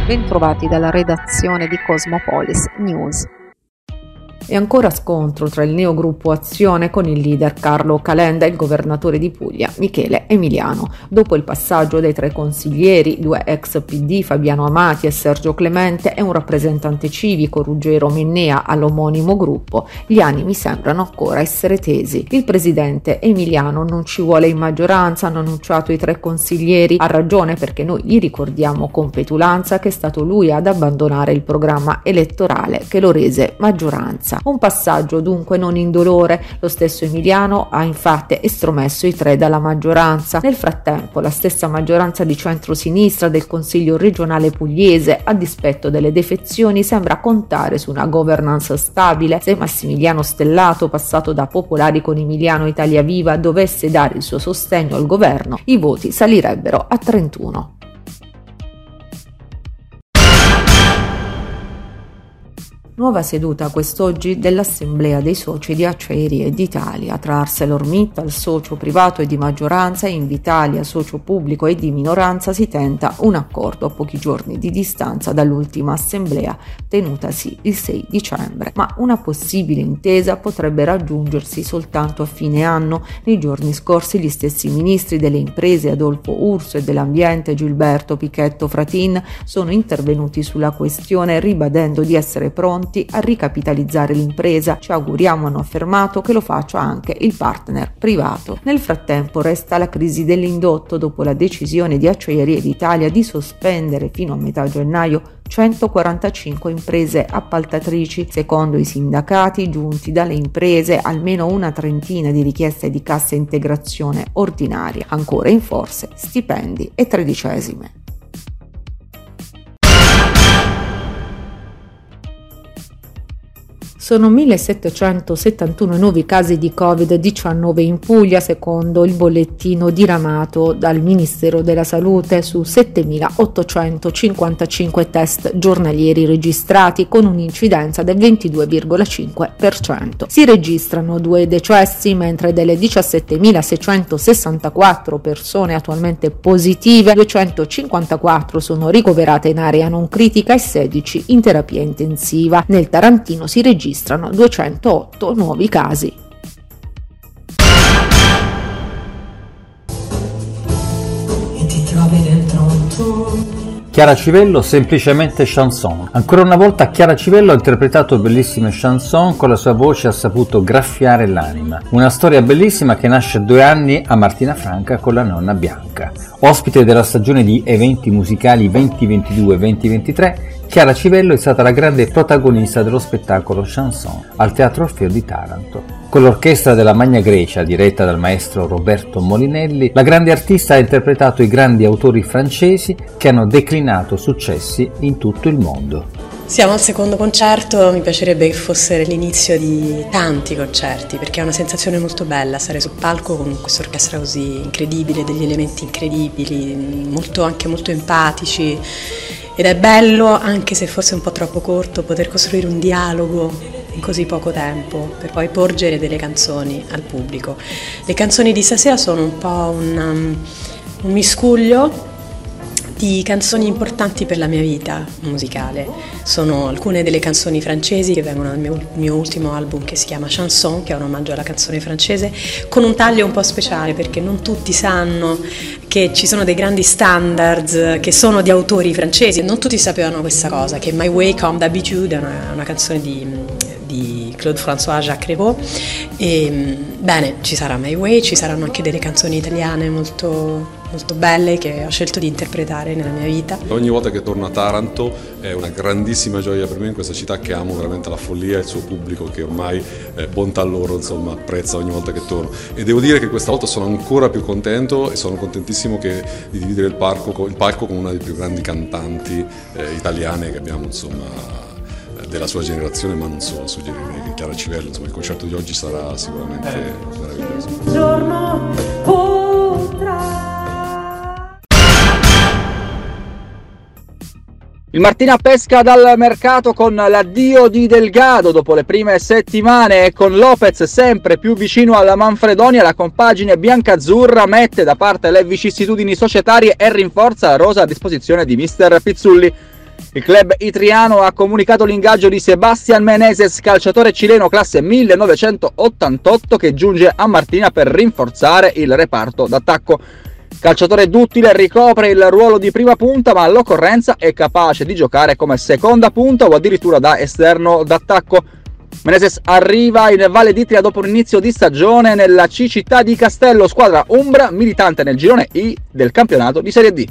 Bentrovati dalla redazione di Cosmopolis News. E ancora scontro tra il neogruppo Azione con il leader Carlo Calenda e il governatore di Puglia Michele Emiliano. Dopo il passaggio dei 3 consiglieri, 2 ex PD, Fabiano Amati e Sergio Clemente, e un rappresentante civico, Ruggero Mennea, all'omonimo gruppo, gli animi sembrano ancora essere tesi. Il presidente Emiliano non ci vuole in maggioranza, hanno annunciato i 3 consiglieri. Ha ragione, perché noi gli ricordiamo con petulanza che è stato lui ad abbandonare il programma elettorale che lo rese maggioranza. Un passaggio dunque non indolore. Lo stesso Emiliano ha infatti estromesso i 3 dalla maggioranza. Nel frattempo la stessa maggioranza di centrosinistra del Consiglio regionale pugliese, a dispetto delle defezioni, sembra contare su una governance stabile. Se Massimiliano Stellato, passato da Popolari con Emiliano Italia Viva, dovesse dare il suo sostegno al governo, i voti salirebbero a 31. Nuova seduta quest'oggi dell'Assemblea dei soci di Acciaierie d'Italia. Tra ArcelorMittal, socio privato e di maggioranza, e Invitalia, socio pubblico e di minoranza, si tenta un accordo a pochi giorni di distanza dall'ultima assemblea tenutasi il 6 dicembre. Ma una possibile intesa potrebbe raggiungersi soltanto a fine anno. Nei giorni scorsi gli stessi ministri delle imprese Adolfo Urso e dell'ambiente Gilberto Pichetto Fratin sono intervenuti sulla questione, ribadendo di essere pronti a ricapitalizzare l'impresa. Ci auguriamo, hanno affermato, che lo faccia anche il partner privato. Nel frattempo resta la crisi dell'indotto dopo la decisione di Acciaierie d'Italia di sospendere fino a metà gennaio 145 imprese appaltatrici. Secondo i sindacati giunti dalle imprese, almeno una trentina di richieste di cassa integrazione ordinaria. Ancora in forse stipendi e tredicesime. Sono 1.771 nuovi casi di Covid-19 in Puglia, secondo il bollettino diramato dal Ministero della Salute, su 7.855 test giornalieri registrati, con un'incidenza del 22,5%. Si registrano 2 decessi, mentre delle 17.664 persone attualmente positive, 254 sono ricoverate in area non critica e 16 in terapia intensiva. Nel Tarantino si registrano 208 nuovi casi. E ti trovi dentro un tuo... Chiara Civello, semplicemente chanson. Ancora una volta Chiara Civello ha interpretato bellissime chanson, con la sua voce ha saputo graffiare l'anima. Una storia bellissima che nasce a 2 anni a Martina Franca con la nonna Bianca. Ospite della stagione di eventi musicali 2022-2023, Chiara Civello è stata la grande protagonista dello spettacolo Chanson al Teatro Orfeo di Taranto. Con l'orchestra della Magna Grecia, diretta dal maestro Roberto Molinelli, la grande artista ha interpretato i grandi autori francesi che hanno declinato successi in tutto il mondo. Siamo al secondo concerto, mi piacerebbe che fosse l'inizio di tanti concerti, perché è una sensazione molto bella stare sul palco con questa orchestra così incredibile, degli elementi incredibili, anche molto empatici, ed è bello, anche se forse un po' troppo corto, poter costruire un dialogo in così poco tempo per poi porgere delle canzoni al pubblico. Le canzoni di stasera sono un po' un miscuglio di canzoni importanti per la mia vita musicale. Sono alcune delle canzoni francesi che vengono dal mio ultimo album, che si chiama Chanson, che è un omaggio alla canzone francese, con un taglio un po' speciale, perché non tutti sanno che ci sono dei grandi standards che sono di autori francesi. Non tutti sapevano questa cosa, che My Way Comme d'Habitude è una canzone di Claude François Jacques Revaux. E bene, ci sarà My Way, ci saranno anche delle canzoni italiane molto belle che ho scelto di interpretare nella mia vita. Ogni volta che torno a Taranto è una grandissima gioia per me, in questa città che amo veramente la follia e il suo pubblico, che ormai bontà loro, insomma, apprezza ogni volta che torno. E devo dire che questa volta sono ancora più contento e sono contentissimo di dividere il palco con una delle più grandi cantanti italiane che abbiamo, insomma, della sua generazione, ma non solo, suggerirei Chiara Civello. Insomma, il concerto di oggi sarà sicuramente meraviglioso. Un giorno potrà. Il Martina pesca dal mercato con l'addio di Delgado dopo le prime settimane, e con Lopez sempre più vicino alla Manfredonia la compagine biancazzurra mette da parte le vicissitudini societarie e rinforza la rosa a disposizione di mister Pizzulli. Il club itriano ha comunicato l'ingaggio di Sebastián Meneses, calciatore cileno classe 1988 che giunge a Martina per rinforzare il reparto d'attacco. Calciatore duttile, ricopre il ruolo di prima punta, ma all'occorrenza è capace di giocare come seconda punta o addirittura da esterno d'attacco. Meneses arriva in Valle d'Itria dopo un inizio di stagione nella Città di Castello, squadra umbra militante nel girone I del campionato di Serie D.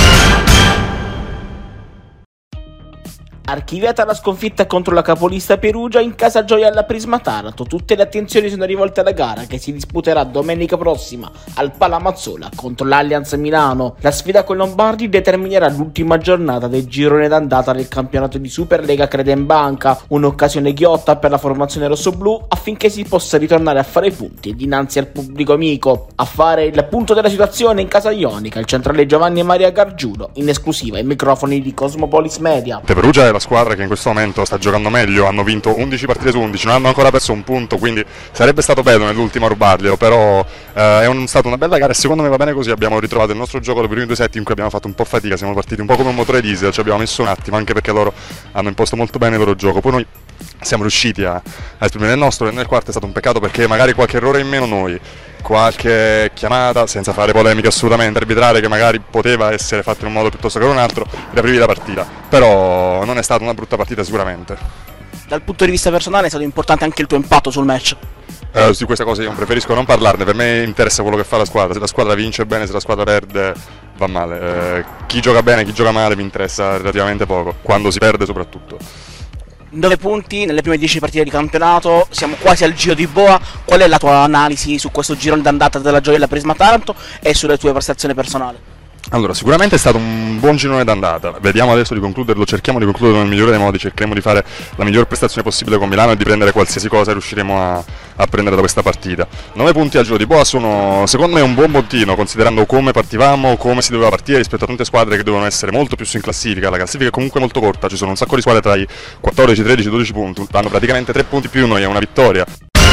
Archiviata la sconfitta contro la capolista Perugia in casa Gioia alla Prisma Taranto, tutte le attenzioni sono rivolte alla gara che si disputerà domenica prossima al Palamazzola contro l'Allianz Milano. La sfida con i lombardi determinerà l'ultima giornata del girone d'andata del campionato di Superlega Credenbanca, un'occasione ghiotta per la formazione rossoblù affinché si possa ritornare a fare punti dinanzi al pubblico amico. A fare il punto della situazione in casa ionica il centrale Giovanni Maria Gargiulo, in esclusiva ai microfoni di Cosmopolis Media. Perugia è la squadra che in questo momento sta giocando meglio, hanno vinto 11 partite su 11, non hanno ancora perso un punto, quindi sarebbe stato bello nell'ultimo rubarglielo, però è stata una bella gara e secondo me va bene così. Abbiamo ritrovato il nostro gioco dei primi 2 set in cui abbiamo fatto un po' fatica, siamo partiti un po' come un motore diesel, ci abbiamo messo un attimo, anche perché loro hanno imposto molto bene il loro gioco, poi noi siamo riusciti a esprimere il nostro e nel quarto è stato un peccato perché magari qualche errore in meno noi, qualche chiamata, senza fare polemiche assolutamente, arbitrare che magari poteva essere fatta in un modo piuttosto che in un altro, riaprivi la partita, però non è stata una brutta partita sicuramente. Dal punto di vista personale è stato importante anche il tuo impatto sul match? Su questa cosa io preferisco non parlarne, per me interessa quello che fa la squadra, se la squadra vince bene, se la squadra perde va male, chi gioca bene, chi gioca male mi interessa relativamente poco, quando si perde soprattutto. 9 punti nelle prime 10 partite di campionato, siamo quasi al giro di boa. Qual è la tua analisi su questo girone d'andata della Gioia alla Prisma Taranto e sulle tue prestazioni personali? Allora, sicuramente è stato un buon girone d'andata, vediamo adesso di concluderlo, cerchiamo di concluderlo nel migliore dei modi, cercheremo di fare la miglior prestazione possibile con Milano e di prendere qualsiasi cosa riusciremo a prendere da questa partita. 9 punti al giro di boa sono secondo me un buon bottino, considerando come partivamo, come si doveva partire rispetto a tante squadre che devono essere molto più su in classifica. La classifica è comunque molto corta, ci sono un sacco di squadre tra i 14, 13, 12 punti, hanno praticamente 3 punti più noi, è una vittoria.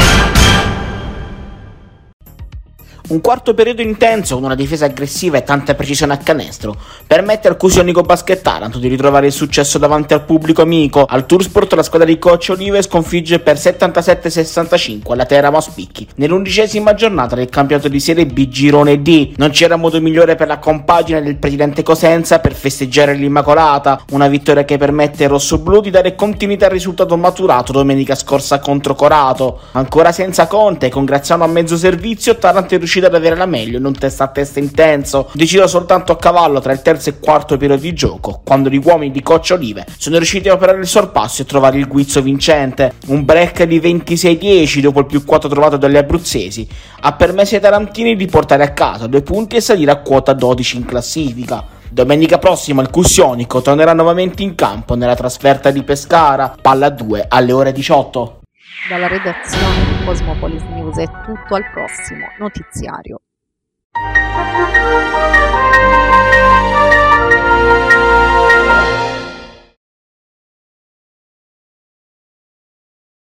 Un quarto periodo intenso con una difesa aggressiva e tanta precisione a canestro permette al Cusionico Basket Taranto di ritrovare il successo davanti al pubblico amico. Al Toursport la squadra di coach Olive sconfigge per 77-65 la Teramo Spicchi nell'11ª giornata del campionato di Serie B Girone D. Non c'era modo migliore per la compagine del presidente Cosenza per festeggiare l'Immacolata, una vittoria che permette ai rossoblù di dare continuità al risultato maturato domenica scorsa contro Corato. Ancora senza Conte, con Graziano a mezzo servizio, Taranto è riuscito ad avere la meglio in un testa a testa intenso, deciso soltanto a cavallo tra il terzo e quarto periodo di gioco, quando gli uomini di coach Olive sono riusciti a operare il sorpasso e trovare il guizzo vincente. Un break di 26-10 dopo il +4 trovato dagli abruzzesi ha permesso ai tarantini di portare a casa 2 punti e salire a quota 12 in classifica. Domenica prossima il Cusionico tornerà nuovamente in campo nella trasferta di Pescara, palla 2 alle ore 18. Dalla redazione di Cosmopolis News è tutto, al prossimo notiziario.